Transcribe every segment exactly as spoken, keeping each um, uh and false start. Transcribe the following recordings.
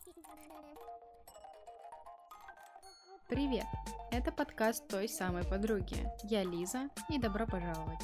Привет! Это подкаст той самой подруги. Я Лиза, и добро пожаловать.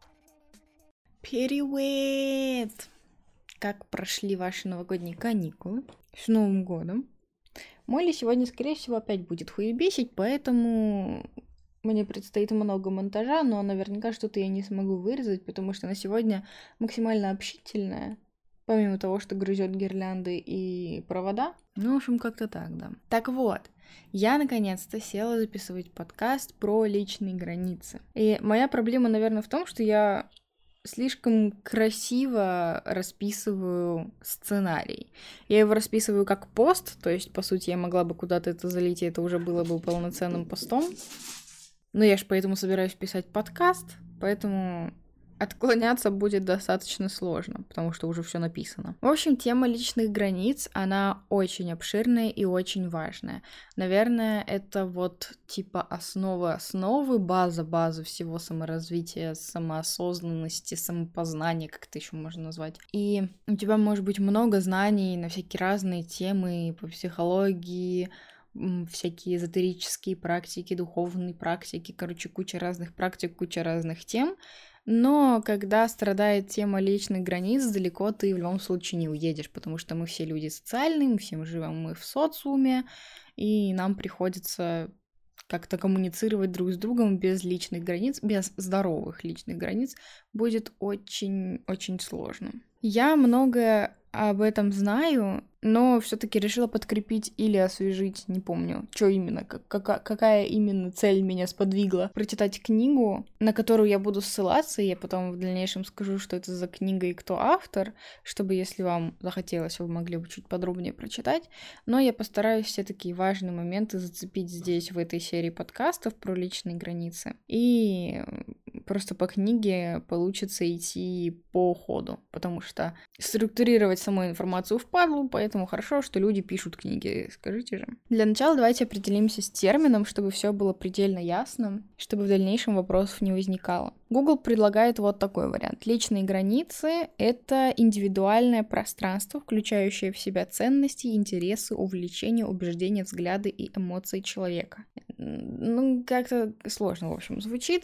Привет! Как прошли ваши новогодние каникулы? С Новым годом! Молли сегодня, скорее всего, опять будет хуебесить, поэтому мне предстоит много монтажа, но наверняка что-то я не смогу вырезать, потому что она сегодня максимально общительная. Помимо того, что грызет гирлянды и провода. Ну, в общем, как-то так, да. Так вот, я наконец-то села записывать подкаст про личные границы. И моя проблема, наверное, в том, что я слишком красиво расписываю сценарий. Я его расписываю как пост, то есть, по сути, я могла бы куда-то это залить, и это уже было бы полноценным постом. Но я же поэтому собираюсь писать подкаст, поэтому отклоняться будет достаточно сложно, потому что уже все написано. В общем, тема личных границ, она очень обширная и очень важная. Наверное, это вот типа основа основы, база базы всего саморазвития, самоосознанности, самопознания, как это еще можно назвать. И у тебя может быть много знаний на всякие разные темы по психологии, всякие эзотерические практики, духовные практики, короче, куча разных практик, куча разных тем. Но когда страдает тема личных границ, далеко ты в любом случае не уедешь, потому что мы все люди социальные, мы все живем мы в социуме, и нам приходится как-то коммуницировать друг с другом без личных границ, без здоровых личных границ, будет очень-очень сложно. Я многое об этом знаю, но все-таки решила подкрепить или освежить, не помню, что именно, как, какая, какая именно цель меня сподвигла прочитать книгу, на которую я буду ссылаться, и я потом в дальнейшем скажу, что это за книга и кто автор, чтобы, если вам захотелось, вы могли бы чуть подробнее прочитать, но я постараюсь все такие важные моменты зацепить здесь, в этой серии подкастов про личные границы, и просто по книге получится идти по ходу, потому что структурировать саму информацию впадлу, поэтому хорошо, что люди пишут книги, скажите же. Для начала давайте определимся с термином, чтобы все было предельно ясно, чтобы в дальнейшем вопросов не возникало. Google предлагает вот такой вариант. Личные границы — это индивидуальное пространство, включающее в себя ценности, интересы, увлечения, убеждения, взгляды и эмоции человека. Ну, как-то сложно, в общем, звучит.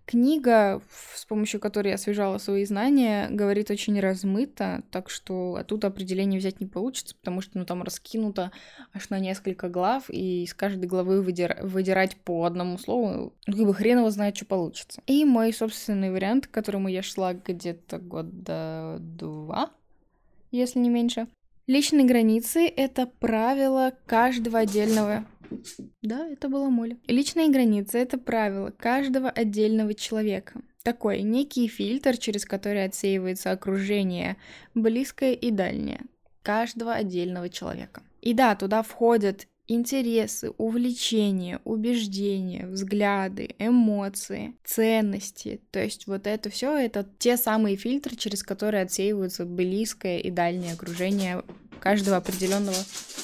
Книга, с помощью которой я освежала свои знания, говорит очень размыто, так что оттуда определение взять не получится, потому что ну, там раскинуто аж на несколько глав, и из каждой главы выдир... выдирать по одному слову, ну, как бы хрен его знает, что получится. И мой собственный вариант, к которому я шла где-то года два, если не меньше. Личные границы — это правило каждого отдельного... Да, это была Молли. Личные границы — это правило каждого отдельного человека. Такой некий фильтр, через который отсеивается окружение, близкое и дальнее, каждого отдельного человека. И да, туда входят интересы, увлечения, убеждения, взгляды, эмоции, ценности. То есть вот это все это те самые фильтры, через которые отсеиваются близкое и дальнее окружение каждого определенного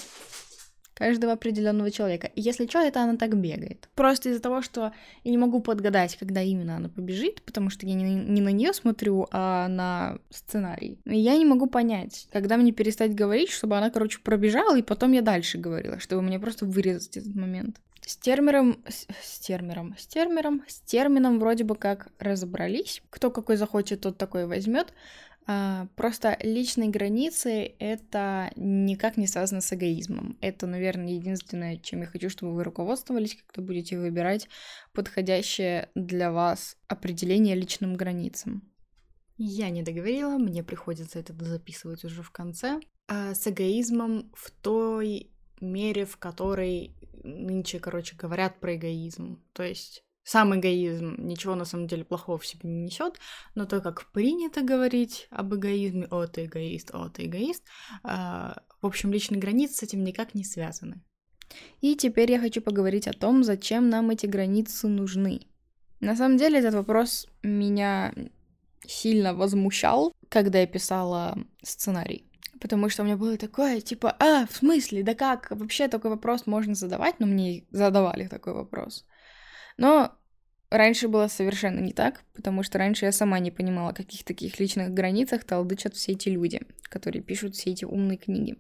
каждого определенного человека. И если что, это она так бегает. Просто из-за того, что я не могу подгадать, когда именно она побежит, потому что я не, не на нее смотрю, а на сценарий. И я не могу понять, когда мне перестать говорить, чтобы она, короче, пробежала, и потом я дальше говорила, чтобы мне просто вырезать этот момент. С термином, с, с термином, с термином, с термином вроде бы как разобрались. Кто какой захочет, тот такой возьмет. Uh, просто личные границы — это никак не связано с эгоизмом. Это, наверное, единственное, чем я хочу, чтобы вы руководствовались, когда будете выбирать подходящее для вас определение личным границам. Я не договорила, мне приходится это записывать уже в конце. Uh, с эгоизмом в той мере, в которой нынче, короче, говорят про эгоизм. То есть сам эгоизм ничего на самом деле плохого в себе не несет, но то, как принято говорить об эгоизме, о, ты эгоист, о, ты эгоист, э, в общем, личные границы с этим никак не связаны. И теперь я хочу поговорить о том, зачем нам эти границы нужны. На самом деле этот вопрос меня сильно возмущал, когда я писала сценарий. Потому что у меня было такое, типа, а, в смысле, да как, вообще такой вопрос можно задавать, но мне задавали такой вопрос. Но раньше было совершенно не так, потому что раньше я сама не понимала, о каких таких личных границах толдычат все эти люди, которые пишут все эти умные книги.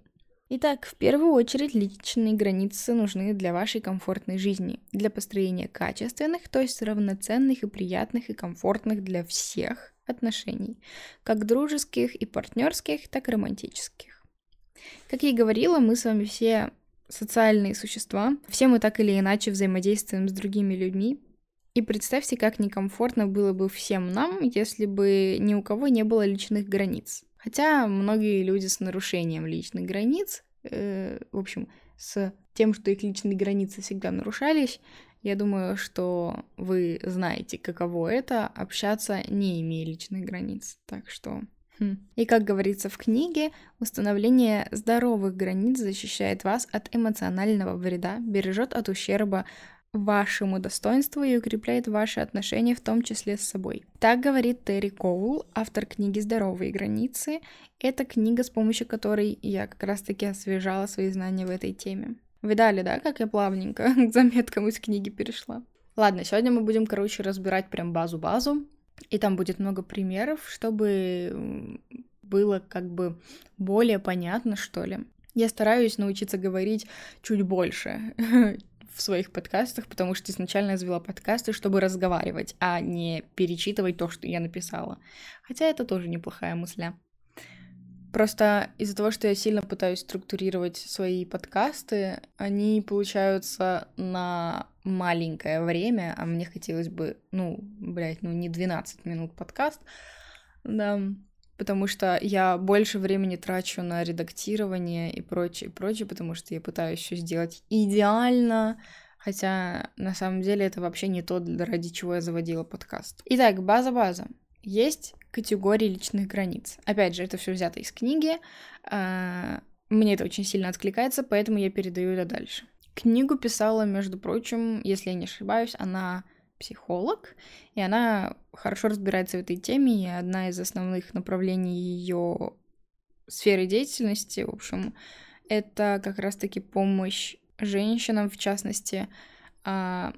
Итак, в первую очередь личные границы нужны для вашей комфортной жизни, для построения качественных, то есть равноценных и приятных и комфортных для всех отношений, как дружеских и партнерских, так и романтических. Как я и говорила, мы с вами все социальные существа, все мы так или иначе взаимодействуем с другими людьми, и представьте, как некомфортно было бы всем нам, если бы ни у кого не было личных границ. Хотя многие люди с нарушением личных границ, э, в общем, с тем, что их личные границы всегда нарушались, я думаю, что вы знаете, каково это — общаться, не имея личных границ. Так что... Хм. И как говорится в книге, установление здоровых границ защищает вас от эмоционального вреда, бережет от ущерба вашему достоинству и укрепляет ваши отношения, в том числе с собой. Так говорит Терри Коул, автор книги «Здоровые границы». Это книга, с помощью которой я как раз-таки освежала свои знания в этой теме. Видали, да, как я плавненько к заметкам из книги перешла? Ладно, сегодня мы будем, короче, разбирать прям базу-базу, и там будет много примеров, чтобы было как бы более понятно, что ли. Я стараюсь научиться говорить чуть больше в своих подкастах, потому что изначально я завела подкасты, чтобы разговаривать, а не перечитывать то, что я написала. Хотя это тоже неплохая мысля. Просто из-за того, что я сильно пытаюсь структурировать свои подкасты, они получаются на маленькое время, а мне хотелось бы, ну, блядь, ну не двенадцать минут подкаст, да, потому что я больше времени трачу на редактирование и прочее, прочее, потому что я пытаюсь все сделать идеально, хотя на самом деле это вообще не то, ради чего я заводила подкаст. Итак, база-база. Есть категории личных границ. Опять же, это все взято из книги. Мне это очень сильно откликается, поэтому я передаю это дальше. Книгу писала, между прочим, если я не ошибаюсь, она психолог, и она хорошо разбирается в этой теме, и одна из основных направлений ее сферы деятельности, в общем, это как раз-таки помощь женщинам, в частности, на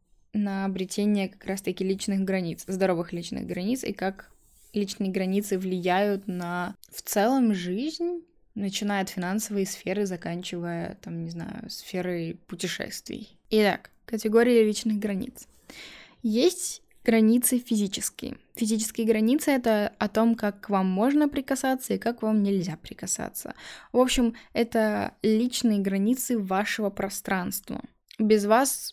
обретение как раз-таки личных границ, здоровых личных границ, и как личные границы влияют на в целом жизнь, начиная от финансовой сферы, заканчивая, там, не знаю, сферой путешествий. Итак, категории личных границ. Есть границы физические. Физические границы — это о том, как к вам можно прикасаться и как вам нельзя прикасаться. В общем, это личные границы вашего пространства. Без вас...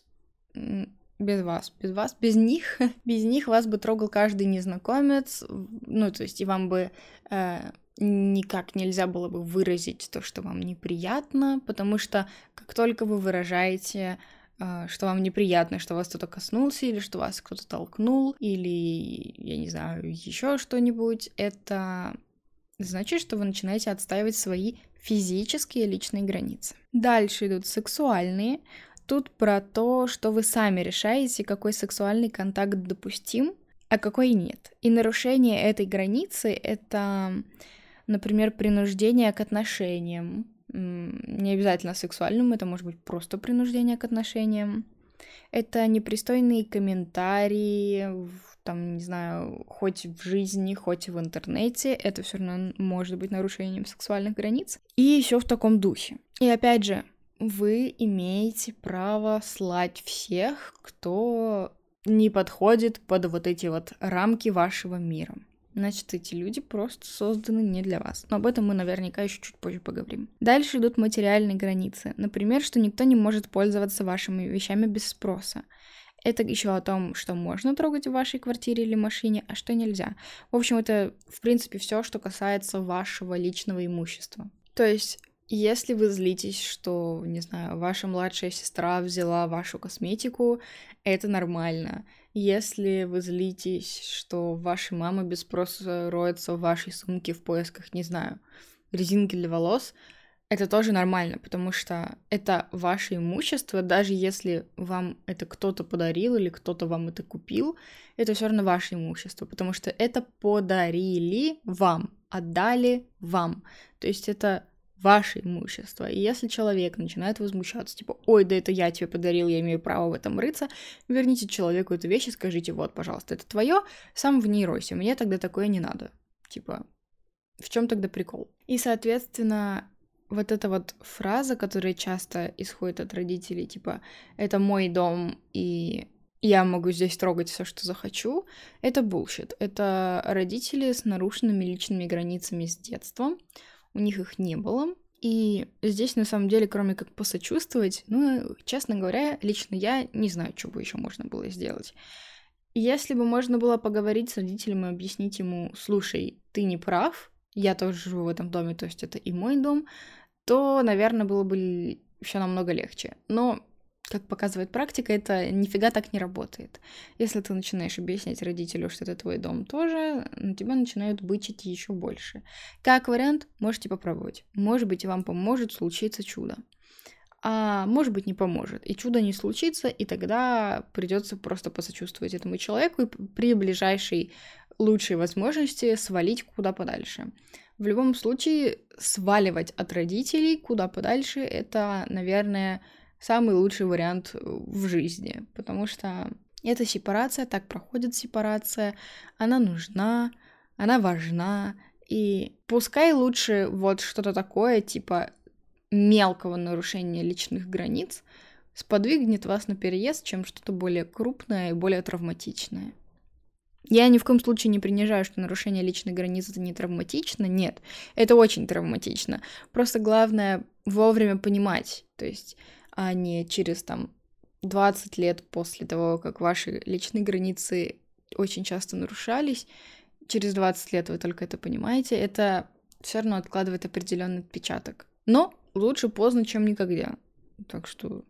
Без вас, без вас, без них, без них вас бы трогал каждый незнакомец, ну, то есть и вам бы э, никак нельзя было бы выразить то, что вам неприятно, потому что как только вы выражаете, э, что вам неприятно, что вас кто-то коснулся, или что вас кто-то толкнул, или, я не знаю, еще что-нибудь, это значит, что вы начинаете отстаивать свои физические личные границы. Дальше идут сексуальные. Тут про то, что вы сами решаете, какой сексуальный контакт допустим, а какой нет. И нарушение этой границы — это, например, принуждение к отношениям. Не обязательно сексуальным, это может быть просто принуждение к отношениям. Это непристойные комментарии, там, не знаю, хоть в жизни, хоть в интернете. Это все равно может быть нарушением сексуальных границ. И еще в таком духе. И опять же, вы имеете право слать всех, кто не подходит под вот эти вот рамки вашего мира. Значит, эти люди просто созданы не для вас. Но об этом мы наверняка еще чуть позже поговорим. Дальше идут материальные границы. Например, что никто не может пользоваться вашими вещами без спроса. Это еще о том, что можно трогать в вашей квартире или машине, а что нельзя. В общем, это, в принципе, все, что касается вашего личного имущества. То есть... Если вы злитесь, что, не знаю, ваша младшая сестра взяла вашу косметику, это нормально. Если вы злитесь, что ваша мама без спроса роется в вашей сумке в поисках, не знаю, резинки для волос, это тоже нормально, потому что это ваше имущество, даже если вам это кто-то подарил или кто-то вам это купил, это все равно ваше имущество, потому что это подарили вам, отдали вам. То есть это ваше имущество. И если человек начинает возмущаться, типа, ой, да это я тебе подарил, я имею право в этом рыться, верните человеку эту вещь и скажите, вот, пожалуйста, это твое, сам в ней ройся, мне тогда такое не надо. Типа, в чем тогда прикол? И, соответственно, вот эта вот фраза, которая часто исходит от родителей, типа «это мой дом, и я могу здесь трогать все, что захочу», это булшит. Это родители с нарушенными личными границами с детства. У них их не было. И здесь, на самом деле, кроме как посочувствовать, ну, честно говоря, лично я не знаю, что бы еще можно было сделать. Если бы можно было поговорить с родителем и объяснить ему: слушай, ты не прав, я тоже живу в этом доме, то есть это и мой дом, то, наверное, было бы еще намного легче. Но, как показывает практика, это нифига так не работает. Если ты начинаешь объяснять родителю, что это твой дом тоже, на тебя начинают бычить еще больше. Как вариант, можете попробовать. Может быть, вам поможет случиться чудо. А может быть, не поможет. И чудо не случится, и тогда придется просто посочувствовать этому человеку и при ближайшей лучшей возможности свалить куда подальше. В любом случае, сваливать от родителей куда подальше — это, наверное, самый лучший вариант в жизни, потому что это сепарация, так проходит сепарация, она нужна, она важна, и пускай лучше вот что-то такое, типа мелкого нарушения личных границ сподвигнет вас на переезд, чем что-то более крупное и более травматичное. Я ни в коем случае не принижаю, что нарушение личных границ — это не травматично. Нет, это очень травматично. Просто главное вовремя понимать, то есть, а не через там двадцать лет после того, как ваши личные границы очень часто нарушались, через двадцать лет вы только это понимаете, это все равно откладывает определенный отпечаток. Но лучше поздно, чем никогда. Так что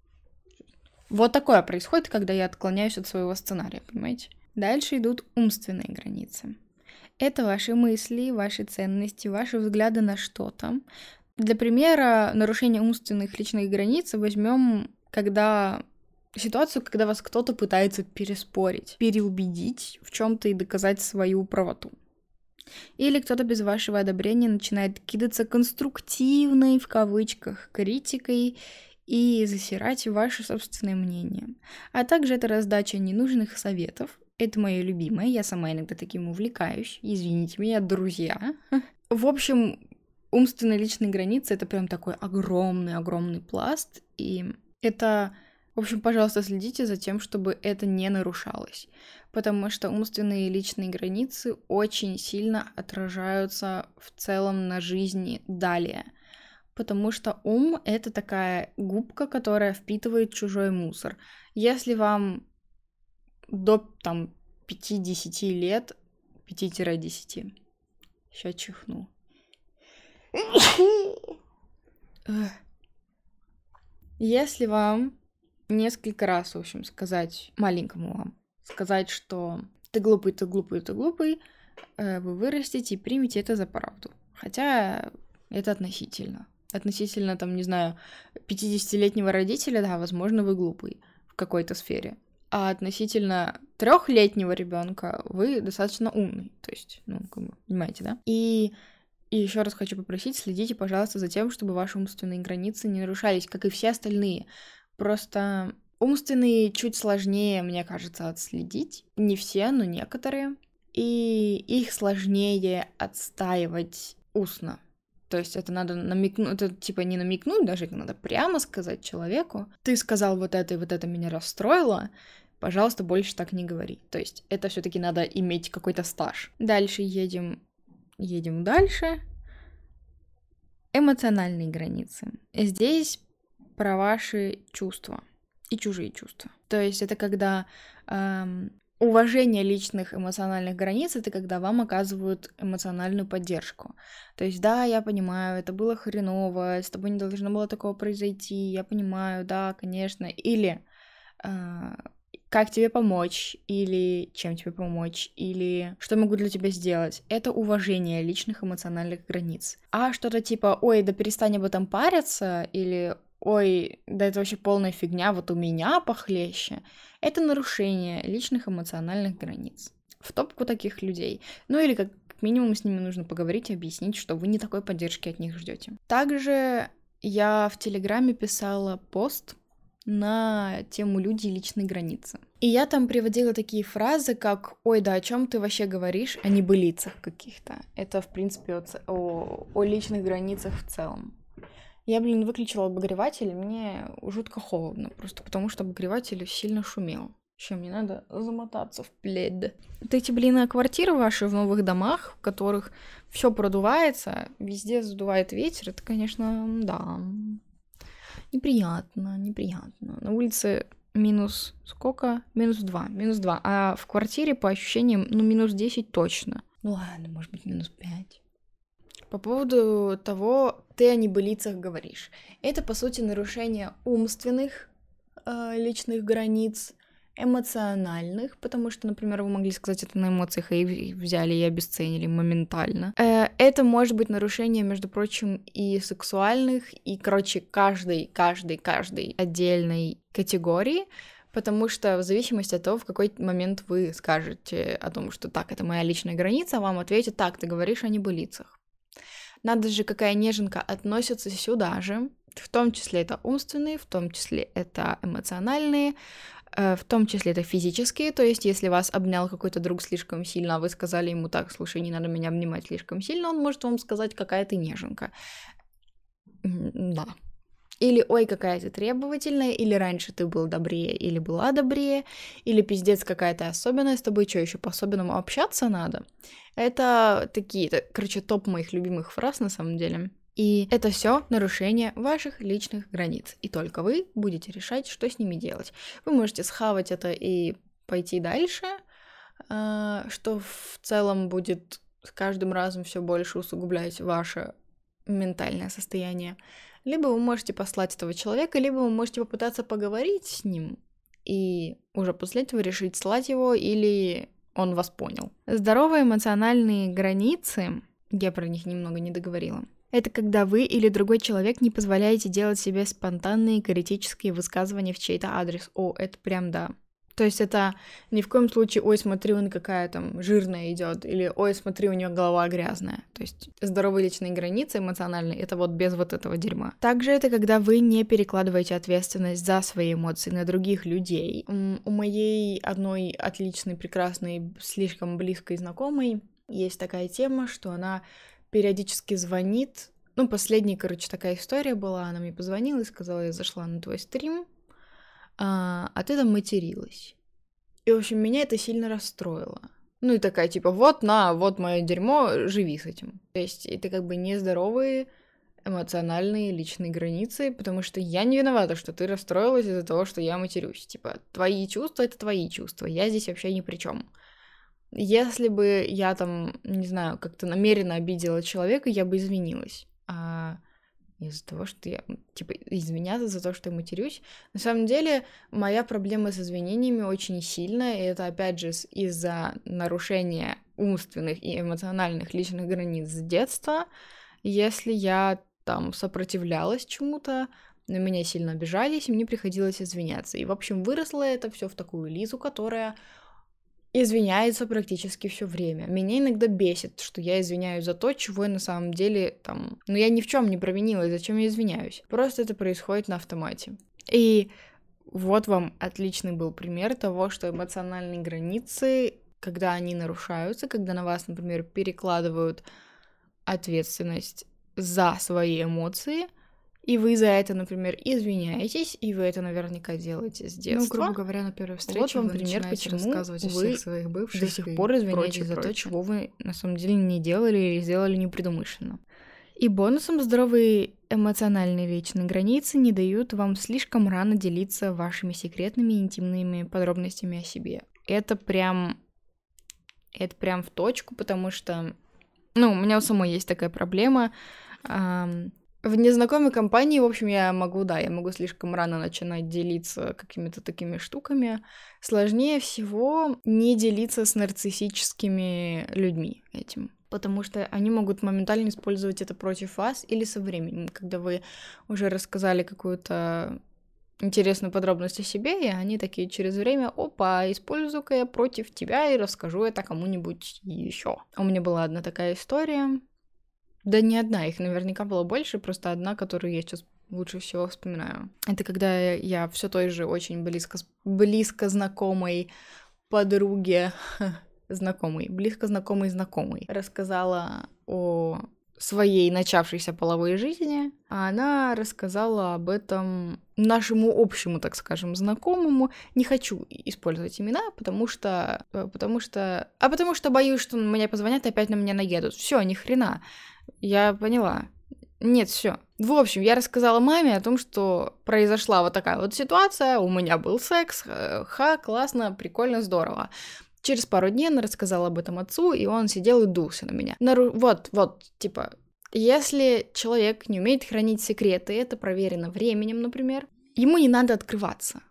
вот такое происходит, когда я отклоняюсь от своего сценария, понимаете? Дальше идут умственные границы. Это ваши мысли, ваши ценности, ваши взгляды на что-то. Для примера нарушения умственных личных границ возьмем, когда ситуацию, когда вас кто-то пытается переспорить, переубедить в чем-то и доказать свою правоту. Или кто-то без вашего одобрения начинает кидаться конструктивной, в кавычках, критикой и засирать ваше собственное мнение. А также это раздача ненужных советов. Это мое любимое, я сама иногда таким увлекаюсь. Извините меня, друзья. В общем, умственные личные границы — это прям такой огромный-огромный пласт. И это... В общем, пожалуйста, следите за тем, чтобы это не нарушалось, потому что умственные и личные границы очень сильно отражаются в целом на жизни далее, потому что ум — это такая губка, которая впитывает чужой мусор. Если вам до там пяти-десяти лет, пяти-десяти, сейчас чихну. Если вам несколько раз, в общем, сказать маленькому вам, сказать, что ты глупый, ты глупый, ты глупый, вы вырастете и примете это за правду. Хотя это относительно. Относительно, там, не знаю, пятидесятилетнего родителя, да, возможно, вы глупый в какой-то сфере. А относительно трехлетнего ребенка вы достаточно умный. То есть, ну, как бы, понимаете, да? И, и еще раз хочу попросить, следите, пожалуйста, за тем, чтобы ваши умственные границы не нарушались, как и все остальные. Просто умственные чуть сложнее, мне кажется, отследить. Не все, но некоторые. И их сложнее отстаивать устно. То есть это надо намекнуть, это типа не намекнуть, даже это надо прямо сказать человеку. Ты сказал вот это и вот это меня расстроило, пожалуйста, больше так не говори. То есть это все-таки надо иметь какой-то стаж. Дальше едем, едем дальше. Эмоциональные границы. Здесь про ваши чувства и чужие чувства. То есть это когда эм, уважение личных эмоциональных границ — это когда вам оказывают эмоциональную поддержку. То есть да, я понимаю, это было хреново, с тобой не должно было такого произойти, я понимаю, да, конечно. Или э, как тебе помочь, или чем тебе помочь, или что я могу для тебя сделать. Это уважение личных эмоциональных границ. А что-то типа «Ой, да перестань об этом париться», или «Ой, да это вообще полная фигня, вот у меня похлеще», это нарушение личных эмоциональных границ. В топку таких людей. Ну или как минимум с ними нужно поговорить и объяснить, что вы не такой поддержки от них ждете. Также я в Телеграме писала пост на тему «Люди и личные границы». И я там приводила такие фразы, как «Ой, да о чем ты вообще говоришь?» о небылицах каких-то. Это, в принципе, о, о, о личных границах в целом. Я, блин, выключила обогреватель, мне жутко холодно, просто потому что обогреватель сильно шумел. Еще мне надо замотаться в плед. Вот эти, блин, квартиры ваши в новых домах, в которых все продувается, везде задувает ветер, это, конечно, да, неприятно, неприятно. На улице минус сколько? Минус два, минус два. А в квартире, по ощущениям, ну, минус десять точно. Ну ладно, может быть, минус пять. По поводу того, ты о небылицах говоришь. Это, по сути, нарушение умственных э, личных границ, эмоциональных, потому что, например, вы могли сказать это на эмоциях и взяли и обесценили моментально. Э, это может быть нарушение, между прочим, и сексуальных, и, короче, каждой, каждой, каждой отдельной категории, потому что в зависимости от того, в какой момент вы скажете о том, что так, это моя личная граница, вам ответят, так, ты говоришь о небылицах. Надо же, какая неженка относится сюда же, в том числе это умственные, в том числе это эмоциональные, в том числе это физические, то есть если вас обнял какой-то друг слишком сильно, а вы сказали ему так, слушай, не надо меня обнимать слишком сильно, он может вам сказать, какая ты неженка. Да. Или ой, какая ты требовательная, или раньше ты был добрее, или была добрее, или пиздец, какая ты особенная, с тобой что, еще по-особенному общаться надо? Это такие, это, короче, топ моих любимых фраз на самом деле. И это все нарушение ваших личных границ. И только вы будете решать, что с ними делать. Вы можете схавать это и пойти дальше, что в целом будет с каждым разом все больше усугублять ваше ментальное состояние. Либо вы можете послать этого человека, либо вы можете попытаться поговорить с ним и уже после этого решить, слать его или он вас понял. Здоровые эмоциональные границы, я про них немного не договорила, это когда вы или другой человек не позволяете делать себе спонтанные критические высказывания в чей-то адрес. О, это прям да. То есть это ни в коем случае, ой, смотри, он какая там жирная идет, или ой, смотри, у нее голова грязная. То есть здоровые личные границы эмоциональные, это вот без вот этого дерьма. Также это когда вы не перекладываете ответственность за свои эмоции на других людей. У моей одной отличной, прекрасной, слишком близкой знакомой есть такая тема, что она периодически звонит. Ну, последняя, короче, такая история была. Она мне позвонила и сказала, я зашла на твой стрим, а, а ты там материлась. И, в общем, меня это сильно расстроило. Ну, и такая, типа, вот, на, вот мое дерьмо, живи с этим. То есть это как бы нездоровые эмоциональные личные границы, потому что я не виновата, что ты расстроилась из-за того, что я матерюсь. Типа, твои чувства — это твои чувства, я здесь вообще ни при чем. Если бы я там, не знаю, как-то намеренно обидела человека, я бы извинилась. А из-за того, что я, типа, извиняться за то, что я матерюсь. На самом деле, моя проблема с извинениями очень сильная, и это, опять же, из-за нарушения умственных и эмоциональных личных границ с детства. Если я там сопротивлялась чему-то, на меня сильно обижались, и мне приходилось извиняться. И, в общем, выросло это все в такую Лизу, которая извиняется практически все время. Меня иногда бесит, что я извиняюсь за то, чего я на самом деле там... Ну, я ни в чем не провинилась, зачем я извиняюсь? Просто это происходит на автомате. И вот вам отличный был пример того, что эмоциональные границы, когда они нарушаются, когда на вас, например, перекладывают ответственность за свои эмоции, и вы за это, например, извиняетесь, и вы это наверняка делаете с детства. Ну, грубо говоря, на первой встрече вот вам вы пример, начинаете почему рассказывать о вы всех своих бывших до сих и пор извиняетесь прочее, за то, прочее. чего вы на самом деле не делали или сделали непредумышленно. И бонусом здоровые эмоциональные личные границы не дают вам слишком рано делиться вашими секретными и интимными подробностями о себе. Это прям... Это прям в точку, потому что... Ну, у меня у самой есть такая проблема. В незнакомой компании, в общем, я могу, да, я могу слишком рано начинать делиться какими-то такими штуками. Сложнее всего не делиться с нарциссическими людьми этим, потому что они могут моментально использовать это против вас или со временем, когда вы уже рассказали какую-то интересную подробность о себе, и они такие через время, опа, использую-ка я против тебя и расскажу это кому-нибудь еще. У меня была одна такая история. Да не одна, их наверняка было больше, просто одна, которую я сейчас лучше всего вспоминаю. Это когда я все той же очень близко, близко знакомой подруге, знакомой, близко знакомой знакомой рассказала о своей начавшейся половой жизни, а она рассказала об этом нашему общему, так скажем, знакомому. Не хочу использовать имена, потому что... потому что... А потому что боюсь, что мне позвонят и опять на меня наедут. Все, ни хрена. Я поняла. Нет, все. В общем, я рассказала маме о том, что произошла вот такая вот ситуация, у меня был секс, ха, классно, прикольно, здорово. Через пару дней она рассказала об этом отцу, и он сидел и дулся на меня. Нару... Вот, вот, типа, если человек не умеет хранить секреты, это проверено временем, например, ему не надо открываться.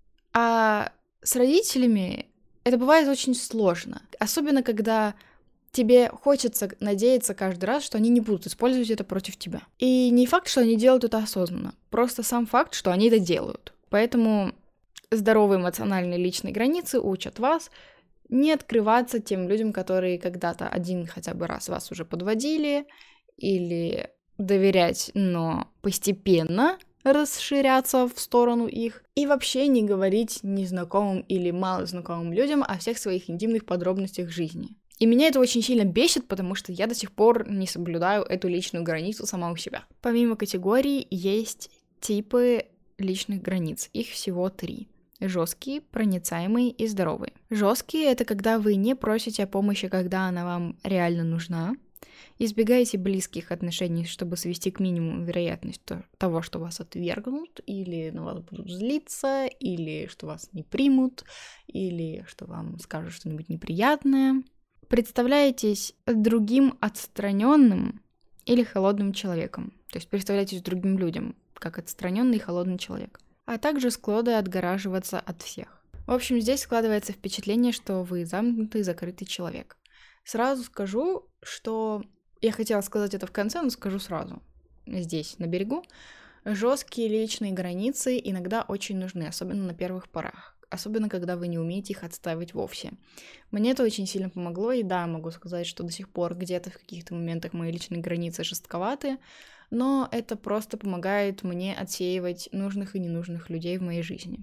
А с родителями это бывает очень сложно, особенно когда тебе хочется надеяться каждый раз, что они не будут использовать это против тебя. И не факт, что они делают это осознанно, просто сам факт, что они это делают. Поэтому здоровые эмоциональные личные границы учат вас не открываться тем людям, которые когда-то один хотя бы раз вас уже подводили, или доверять, но постепенно расширяться в сторону их, и вообще не говорить незнакомым или малознакомым людям о всех своих интимных подробностях жизни. И меня это очень сильно бесит, потому что я до сих пор не соблюдаю эту личную границу сама у себя. Помимо категорий есть типы личных границ. Их всего три. Жесткие, проницаемые и здоровые. Жесткие — это когда вы не просите о помощи, когда она вам реально нужна. Избегаете близких отношений, чтобы свести к минимуму вероятность того, что вас отвергнут, или на вас будут злиться, или что вас не примут, или что вам скажут что-нибудь неприятное. Представляетесь другим отстраненным или холодным человеком. То есть представляетесь другим людям, как отстраненный и холодный человек. А также склонны отгораживаться от всех. В общем, здесь складывается впечатление, что вы замкнутый, закрытый человек. Сразу скажу, что... Я хотела сказать это в конце, но скажу сразу. Здесь, на берегу, жесткие личные границы иногда очень нужны, особенно на первых порах. Особенно, когда вы не умеете их отстаивать вовсе. Мне это очень сильно помогло, и да, могу сказать, что до сих пор где-то в каких-то моментах мои личные границы жестковаты, но это просто помогает мне отсеивать нужных и ненужных людей в моей жизни.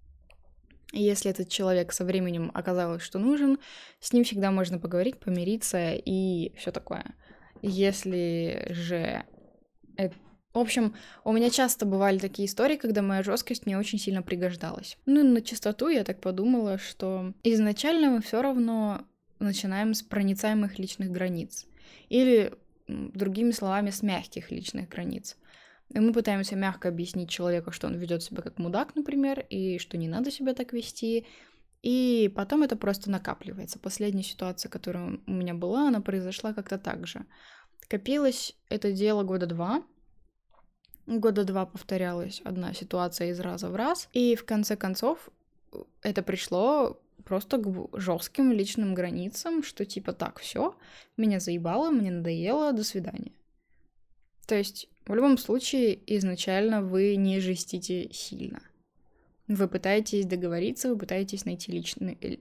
И если этот человек со временем оказалось, что нужен, с ним всегда можно поговорить, помириться и все такое. Если же... Это... В общем, у меня часто бывали такие истории, когда моя жесткость мне очень сильно пригождалась. Ну и на чистоту я так подумала, что изначально мы все равно начинаем с проницаемых личных границ. Или, другими словами, с мягких личных границ. И мы пытаемся мягко объяснить человеку, что он ведет себя как мудак, например, и что не надо себя так вести. И потом это просто накапливается. Последняя ситуация, которая у меня была, она произошла как-то так же. Копилось это дело года два. Года два повторялась одна ситуация из раза в раз. И в конце концов это пришло просто к жестким личным границам, что типа так, все, меня заебало, мне надоело, до свидания. То есть в любом случае изначально вы не жестите сильно. Вы пытаетесь договориться, вы пытаетесь найти личный...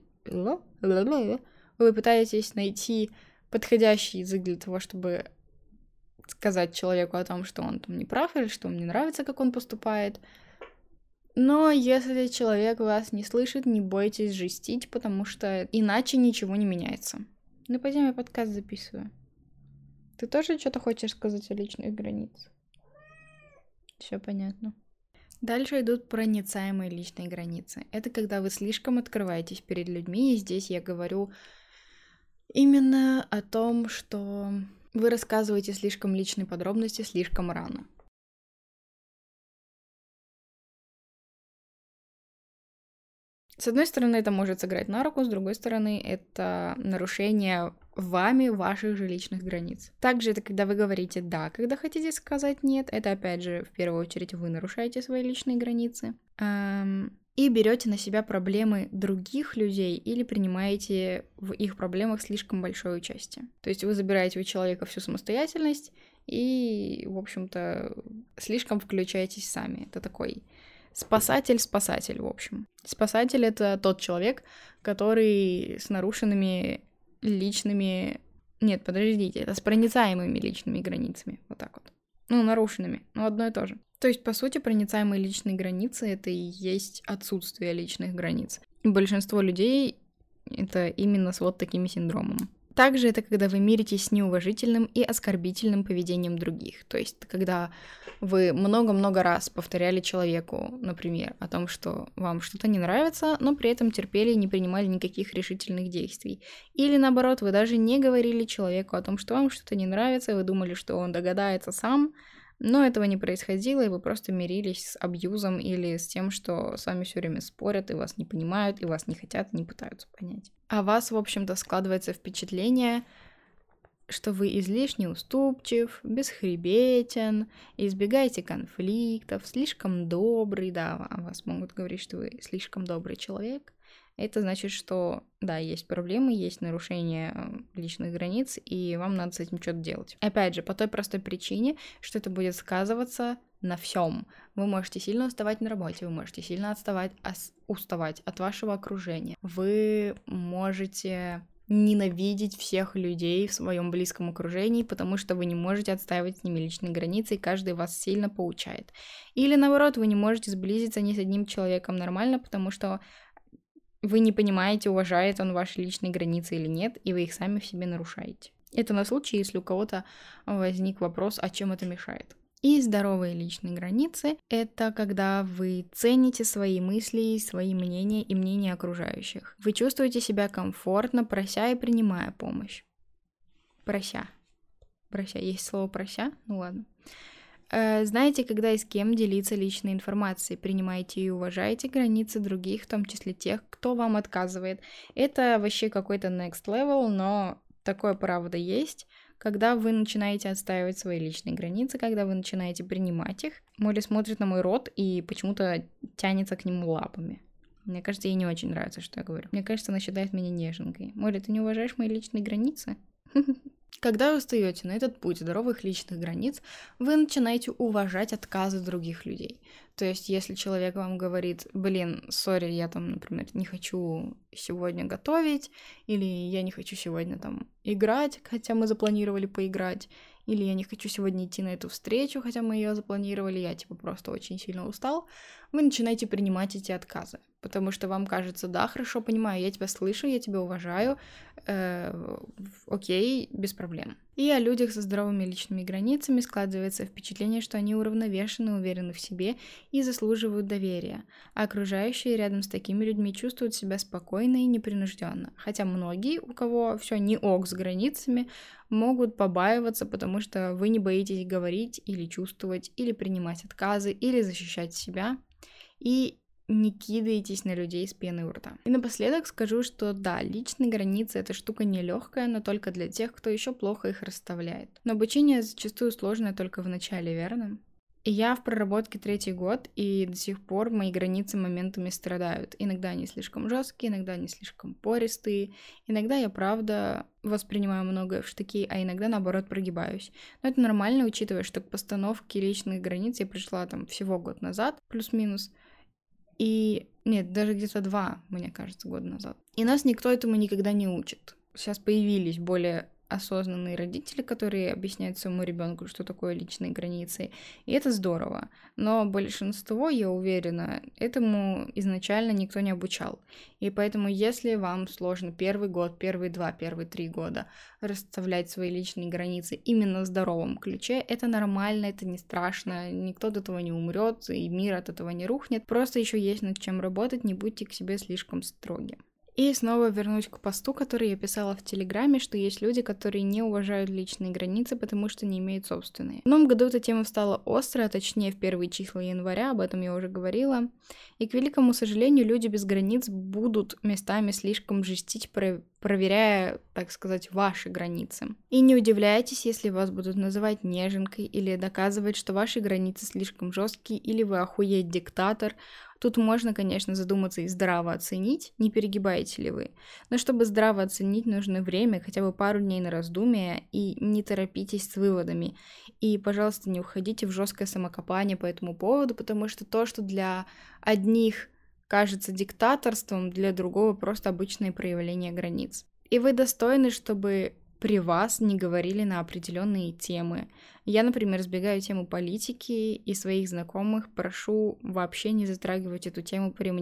Вы пытаетесь найти подходящий язык для того, чтобы сказать человеку о том, что он там не прав, или что вам не нравится, как он поступает. Но если человек вас не слышит, не бойтесь жестить, потому что иначе ничего не меняется. Ну, пойдем, я подкаст записываю. Ты тоже что-то хочешь сказать о личных границах? Все понятно. Дальше идут проницаемые личные границы. Это когда вы слишком открываетесь перед людьми, и здесь я говорю именно о том, что вы рассказываете слишком личные подробности слишком рано. С одной стороны, это может сыграть на руку, с другой стороны, это нарушение вами ваших же личных границ. Также это когда вы говорите «да», когда хотите сказать «нет». Это, опять же, в первую очередь вы нарушаете свои личные границы. Эм, и берете на себя проблемы других людей или принимаете в их проблемах слишком большое участие. То есть вы забираете у человека всю самостоятельность и, в общем-то, слишком включаетесь сами. Это такой... Спасатель-спасатель, в общем. Спасатель — это тот человек, который с нарушенными личными... Нет, подождите, это с проницаемыми личными границами. Вот так вот. Ну, нарушенными, но одно и то же. То есть, по сути, проницаемые личные границы — это и есть отсутствие личных границ. И большинство людей — это именно с вот таким синдромом. Также это когда вы миритесь с неуважительным и оскорбительным поведением других. То есть когда вы много-много раз повторяли человеку, например, о том, что вам что-то не нравится, но при этом терпели и не принимали никаких решительных действий. Или наоборот, вы даже не говорили человеку о том, что вам что-то не нравится, и вы думали, что он догадается сам, но этого не происходило, и вы просто мирились с абьюзом или с тем, что с вами все время спорят, и вас не понимают, и вас не хотят, и не пытаются понять. А вас, в общем-то, складывается впечатление, что вы излишне уступчив, бесхребетен, избегаете конфликтов, слишком добрый, да, о вас могут говорить, что вы слишком добрый человек. Это значит, что, да, есть проблемы, есть нарушение личных границ, и вам надо с этим что-то делать. Опять же, по той простой причине, что это будет сказываться на всем. Вы можете сильно уставать на работе, вы можете сильно отставать, ос- уставать от вашего окружения. Вы можете ненавидеть всех людей в своем близком окружении, потому что вы не можете отстаивать с ними личные границы, и каждый вас сильно поучает. Или наоборот, вы не можете сблизиться ни с одним человеком нормально, потому что вы не понимаете, уважает он ваши личные границы или нет, и вы их сами в себе нарушаете. Это на случай, если у кого-то возник вопрос, а чем это мешает. И здоровые личные границы — это когда вы цените свои мысли, свои мнения и мнения окружающих. Вы чувствуете себя комфортно, прося и принимая помощь. Прося. Прося. Есть слово прося? Ну ладно. Знаете, когда и с кем делиться личной информацией, принимаете и уважаете границы других, в том числе тех, кто вам отказывает. Это вообще какой-то next level, но такое правда есть, когда вы начинаете отстаивать свои личные границы, когда вы начинаете принимать их. Молли смотрит на мой рот и почему-то тянется к нему лапами. Мне кажется, ей не очень нравится, что я говорю. Мне кажется, она считает меня неженкой. Молли, ты не уважаешь мои личные границы? Когда вы встаете на этот путь здоровых личных границ, вы начинаете уважать отказы других людей. То есть, если человек вам говорит, блин, сори, я там, например, не хочу сегодня готовить, или я не хочу сегодня там играть, хотя мы запланировали поиграть, или я не хочу сегодня идти на эту встречу, хотя мы ее запланировали, я типа просто очень сильно устал, вы начинаете принимать эти отказы, потому что вам кажется, да, хорошо, понимаю, я тебя слышу, я тебя уважаю, э, окей, без проблем. И о людях со здоровыми личными границами складывается впечатление, что они уравновешены, уверены в себе и заслуживают доверия, а окружающие рядом с такими людьми чувствуют себя спокойно и непринужденно, хотя многие, у кого все не ок с границами, могут побаиваться, потому что вы не боитесь говорить или чувствовать, или принимать отказы, или защищать себя, и не кидаетесь на людей с пеной у рта. И напоследок скажу, что да, личные границы — это штука нелегкая, но только для тех, кто еще плохо их расставляет. Но обучение зачастую сложное только в начале, верно? И я в проработке третий год, и до сих пор мои границы моментами страдают. Иногда они слишком жесткие, иногда они слишком пористые, иногда я, правда, воспринимаю многое в штыки, а иногда, наоборот, прогибаюсь. Но это нормально, учитывая, что к постановке личных границ я пришла там всего год назад, плюс-минус, и нет, даже где-то два, мне кажется, года назад. И нас никто этому никогда не учит. Сейчас появились более осознанные родители, которые объясняют своему ребенку, что такое личные границы, и это здорово. Но большинство, я уверена, этому изначально никто не обучал. И поэтому, если вам сложно первый год, первые два, первые три года расставлять свои личные границы именно в здоровом ключе, это нормально, это не страшно, никто от этого не умрет, и мир от этого не рухнет. Просто еще есть над чем работать, не будьте к себе слишком строги. И снова вернусь к посту, который я писала в Телеграме, что есть люди, которые не уважают личные границы, потому что не имеют собственные. В новом году эта тема стала острой, а точнее в первые числа января, об этом я уже говорила. И, к великому сожалению, люди без границ будут местами слишком жестить, про- проверяя, так сказать, ваши границы. И не удивляйтесь, если вас будут называть неженкой или доказывать, что ваши границы слишком жесткие или вы охуеть диктатор. Тут можно, конечно, задуматься и здраво оценить, не перегибаете ли вы. Но чтобы здраво оценить, нужно время, хотя бы пару дней на раздумие, и не торопитесь с выводами. И, пожалуйста, не уходите в жесткое самокопание по этому поводу, потому что то, что для одних кажется диктаторством, для другого просто обычное проявление границ. И вы достойны, чтобы при вас не говорили на определенные темы. Я, например, избегаю тему политики и своих знакомых прошу вообще не затрагивать эту тему при мне.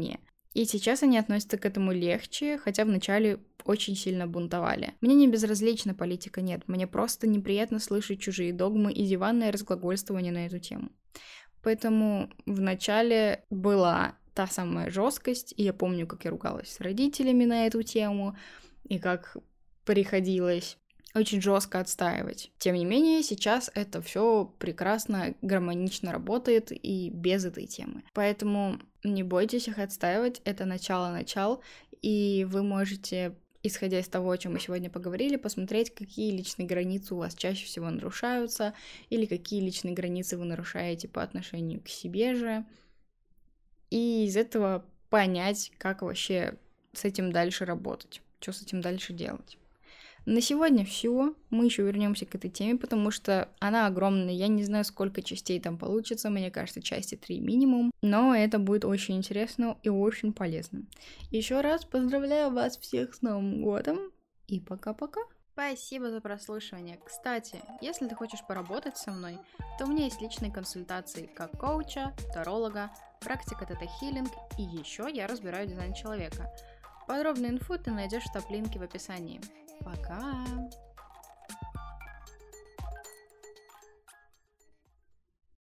И сейчас они относятся к этому легче, хотя вначале очень сильно бунтовали. Мне не безразлична политика, нет, мне просто неприятно слышать чужие догмы и диванное разглагольствование на эту тему. Поэтому вначале была та самая жесткость, и я помню, как я ругалась с родителями на эту тему, и как приходилось очень жестко отстаивать. Тем не менее, сейчас это все прекрасно, гармонично работает и без этой темы. Поэтому не бойтесь их отстаивать, это начало-начал, и вы можете, исходя из того, о чем мы сегодня поговорили, посмотреть, какие личные границы у вас чаще всего нарушаются, или какие личные границы вы нарушаете по отношению к себе же, и из этого понять, как вообще с этим дальше работать, что с этим дальше делать. На сегодня все. Мы еще вернемся к этой теме, потому что она огромная. Я не знаю, сколько частей там получится. Мне кажется, части три минимум. Но это будет очень интересно и очень полезно. Еще раз поздравляю вас всех с Новым годом. И пока-пока. Спасибо за прослушивание. Кстати, если ты хочешь поработать со мной, то у меня есть личные консультации как коуча, таролога, практика тета-хилинг, и еще я разбираю дизайн человека. Подробную инфу ты найдешь в топ-линке в описании. Пока!